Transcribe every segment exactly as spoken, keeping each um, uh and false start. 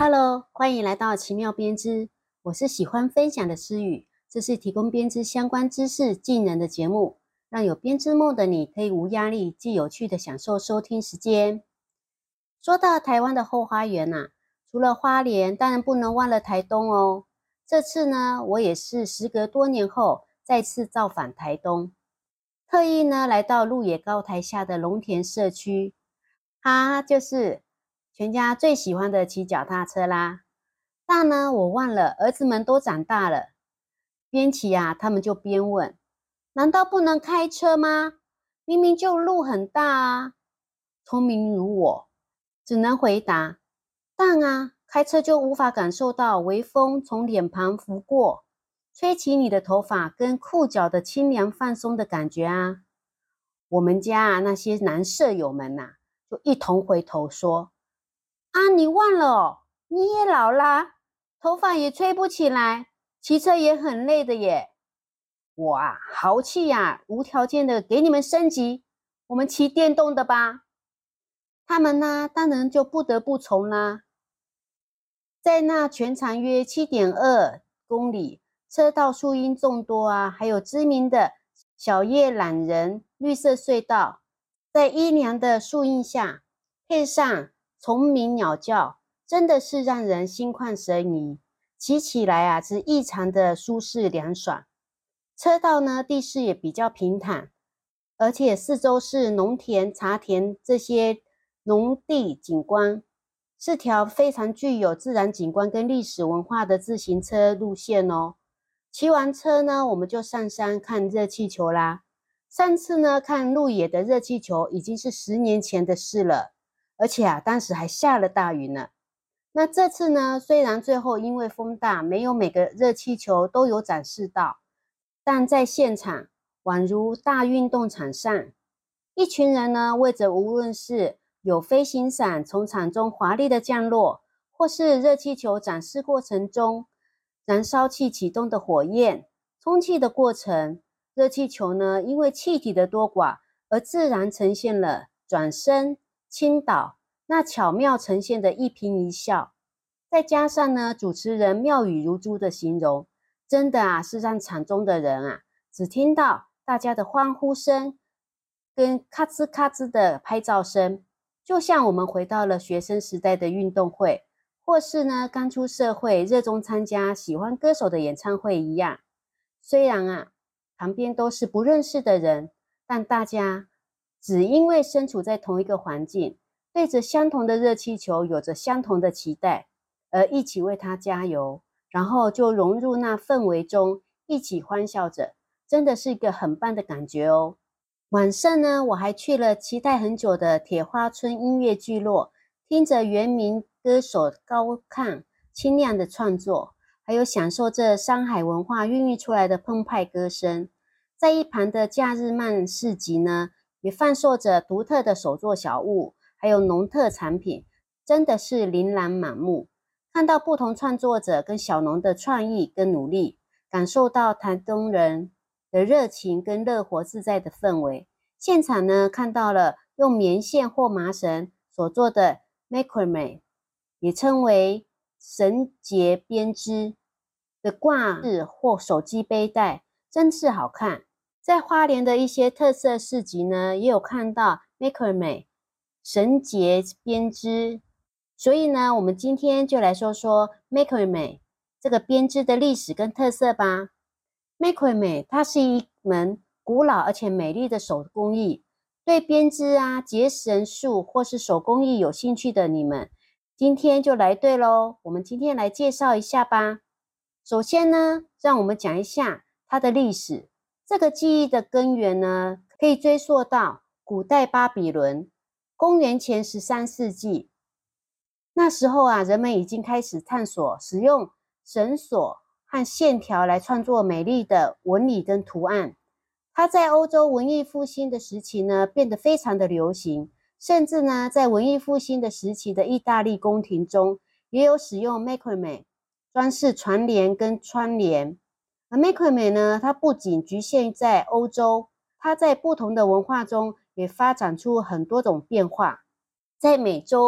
Hello，欢迎来到奇妙编织，我是喜欢分享的诗雨，这是提供编织相关知识技能的节目，让有编织梦的你可以无压力既有趣的享受收听时间。说到台湾的后花园啊，除了花莲，当然不能忘了台东哦。这次呢，我也是时隔多年后再次造访台东，特意呢来到鹿野高台下的龙田社区，它就是全家最喜欢的骑脚踏车啦。但呢，我忘了儿子们都长大了，边骑啊，他们就边问：难道不能开车吗？明明就路很大啊！聪明如我，只能回答：但啊，开车就无法感受到微风从脸庞拂过，吹起你的头发跟裤脚的清凉放松的感觉啊！我们家啊那些男舍友们呐、啊，就一同回头说：啊，你忘了哦，你也老啦，头发也吹不起来，骑车也很累的耶。我啊，豪气呀、啊，无条件的给你们升级，我们骑电动的吧。他们呢，当然就不得不从啦。在那全长约 七点二公里、车道树荫众多啊，还有知名的小叶懒人绿色隧道，在阴凉的树荫下，配上虫鸣鸟叫，真的是让人心旷神怡。骑起来啊，是异常的舒适凉爽。车道呢，地势也比较平坦，而且四周是农田、茶田这些农地景观，是条非常具有自然景观跟历史文化的自行车路线哦。骑完车呢，我们就上山看热气球啦。上次呢，看鹿野的热气球已经是十年前的事了，而且啊，当时还下了大雨呢。那这次呢，虽然最后因为风大，没有每个热气球都有展示到，但在现场宛如大运动场上，一群人呢，为着无论是有飞行伞从场中华丽的降落，或是热气球展示过程中燃烧器启动的火焰、充气的过程，热气球呢，因为气体的多寡而自然呈现了转身、倾倒，那巧妙呈现的一颦一笑，再加上呢，主持人妙语如珠的形容，真的啊，是让场中的人啊，只听到大家的欢呼声跟咔吱咔吱的拍照声，就像我们回到了学生时代的运动会，或是呢刚出社会热衷参加喜欢歌手的演唱会一样。虽然啊，旁边都是不认识的人，但大家只因为身处在同一个环境，对着相同的热气球有着相同的期待，而一起为它加油，然后就融入那氛围中，一起欢笑着，真的是一个很棒的感觉哦。晚上呢，我还去了期待很久的铁花村音乐聚落，听着原名歌手高亢清亮的创作，还有享受这山海文化孕育出来的澎湃歌声。在一旁的假日漫市集呢，也贩售着独特的手作小物，还有农特产品，真的是琳琅满目。看到不同创作者跟小农的创意跟努力，感受到台东人的热情跟乐活自在的氛围。现场呢，看到了用棉线或麻绳所做的 macrame， 也称为绳结编织的挂饰或手机背带，真是好看。在花莲的一些特色市集呢，也有看到 macrame 绳结编织。所以呢，我们今天就来说说 macrame 这个编织的历史跟特色吧。macrame 它是一门古老而且美丽的手工艺，对编织啊、结绳术或是手工艺有兴趣的你们，今天就来对咯。我们今天来介绍一下吧。首先呢，让我们讲一下它的历史。这个技艺的根源呢，可以追溯到古代巴比伦，公元前十三世纪。那时候啊，人们已经开始探索使用绳索和线条来创作美丽的纹理跟图案。它在欧洲文艺复兴的时期呢，变得非常的流行，甚至呢，在文艺复兴的时期的意大利宫廷中，也有使用 macrame 装饰船帘跟窗帘。而 macrame 呢，它不仅局限在欧洲，它在不同的文化中也发展出很多种变化。在美洲，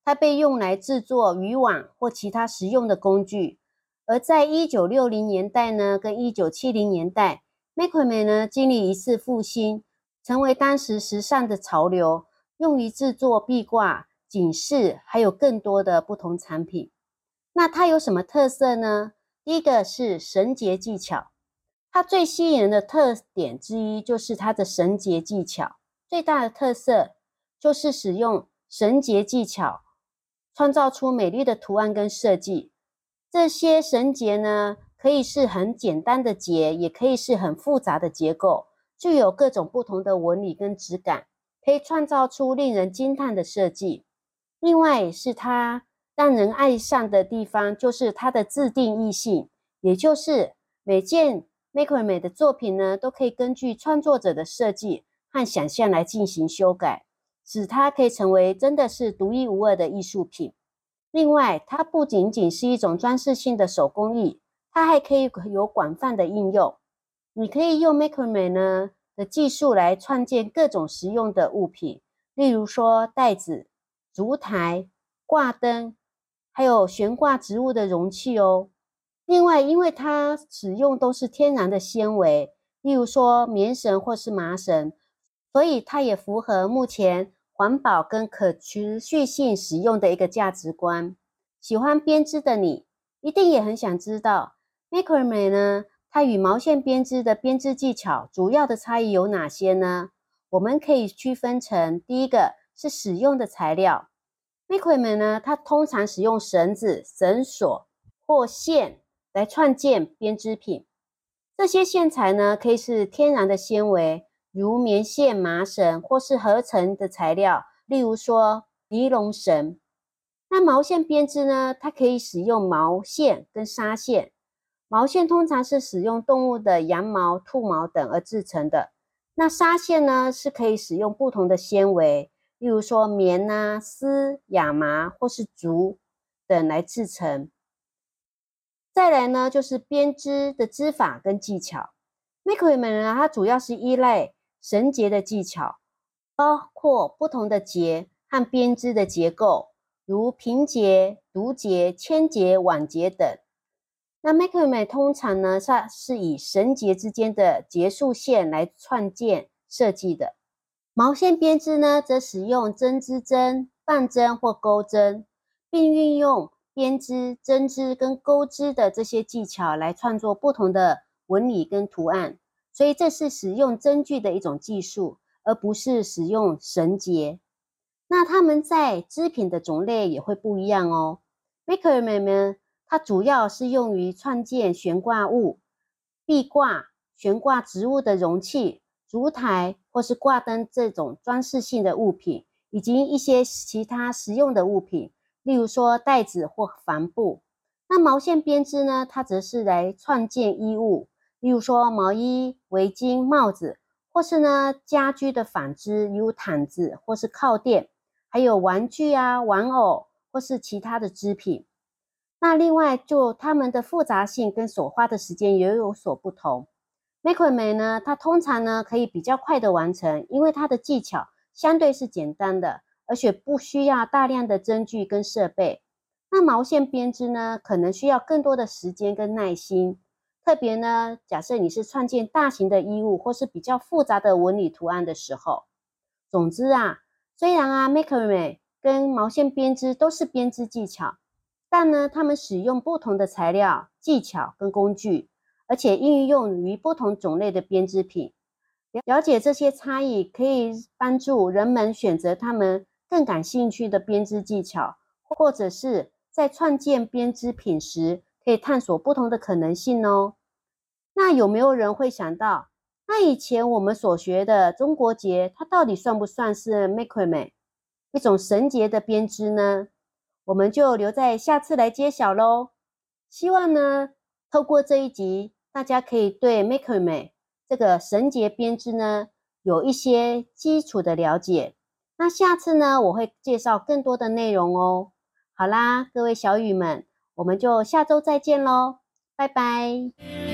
它被用来制作渔网或其他实用的工具。而在一九六零年代呢，跟一九七零年代 Macrame 呢经历一次复兴，成为当时时尚的潮流，用于制作壁挂、警示，还有更多的不同产品。那它有什么特色呢？第一个是绳结技巧，它最吸引人的特点之一就是它的绳结技巧。最大的特色就是使用绳结技巧，创造出美丽的图案跟设计。这些绳结呢，可以是很简单的结，也可以是很复杂的结构，具有各种不同的纹理跟质感，可以创造出令人惊叹的设计。另外是它让人爱上的地方，就是它的自定义性，也就是每件 Macrame 的作品呢，都可以根据创作者的设计和想象来进行修改，使它可以成为真的是独一无二的艺术品。另外，它不仅仅是一种装饰性的手工艺，它还可以有广泛的应用。你可以用 Macrame 呢的技术来创建各种实用的物品，例如说袋子、烛台、挂灯，还有悬挂植物的容器哦。另外，因为它使用都是天然的纤维，例如说棉绳或是麻绳，所以它也符合目前环保跟可持续性使用的一个价值观。喜欢编织的你，一定也很想知道 Macrame 呢，它与毛线编织的编织技巧主要的差异有哪些呢？我们可以区分成第一个是使用的材料。Macrame 呢，它通常使用绳子、绳索或线来创建编织品。这些线材呢，可以是天然的纤维，如棉线、麻绳，或是合成的材料，例如说尼龙绳。那毛线编织呢，它可以使用毛线跟纱线。毛线通常是使用动物的羊毛、兔毛等而制成的。那纱线呢，是可以使用不同的纤维，例如说棉啊、丝、亚麻或是竹等来制成。再来呢，就是编织的织法跟技巧。Macrame 呢，它主要是依赖绳结的技巧，包括不同的结和编织的结构，如平结、独结、千结、网结等。那 Macrame 通常呢，它是以绳结之间的结束线来创建设计的。毛线编织呢，则使用针织针、棒针或钩针，并运用编织、针织跟钩织的这些技巧来创作不同的纹理跟图案。所以这是使用针具的一种技术，而不是使用绳结。那它们在织品的种类也会不一样哦。Macrame 呢，它主要是用于创建悬挂物、壁挂、悬挂植物的容器、烛台或是挂灯这种装饰性的物品，以及一些其他实用的物品，例如说袋子或帆布。那毛线编织呢，它则是来创建衣物，例如说毛衣、围巾、帽子，或是呢家居的纺织，例如毯子或是靠垫，还有玩具啊、玩偶或是其他的织品。那另外，就它们的复杂性跟所花的时间也有所不同。Macrame 呢，它通常呢可以比较快的完成，因为它的技巧相对是简单的，而且不需要大量的针具跟设备。那毛线编织呢，可能需要更多的时间跟耐心。特别呢，假设你是创建大型的衣物或是比较复杂的纹理图案的时候。总之啊，虽然啊 Macrame 跟毛线编织都是编织技巧，但呢，它们使用不同的材料、技巧跟工具，而且应用于不同种类的编织品。了解这些差异，可以帮助人们选择他们更感兴趣的编织技巧，或者是在创建编织品时，可以探索不同的可能性哦。那有没有人会想到，那以前我们所学的中国结，它到底算不算是 Macrame 一种绳结的编织呢？我们就留在下次来揭晓咯。希望呢，透过这一集，大家可以对 Macrame 这个绳结编织呢，有一些基础的了解。那下次呢，我会介绍更多的内容哦。好啦，各位小雨们，我们就下周再见咯，拜拜。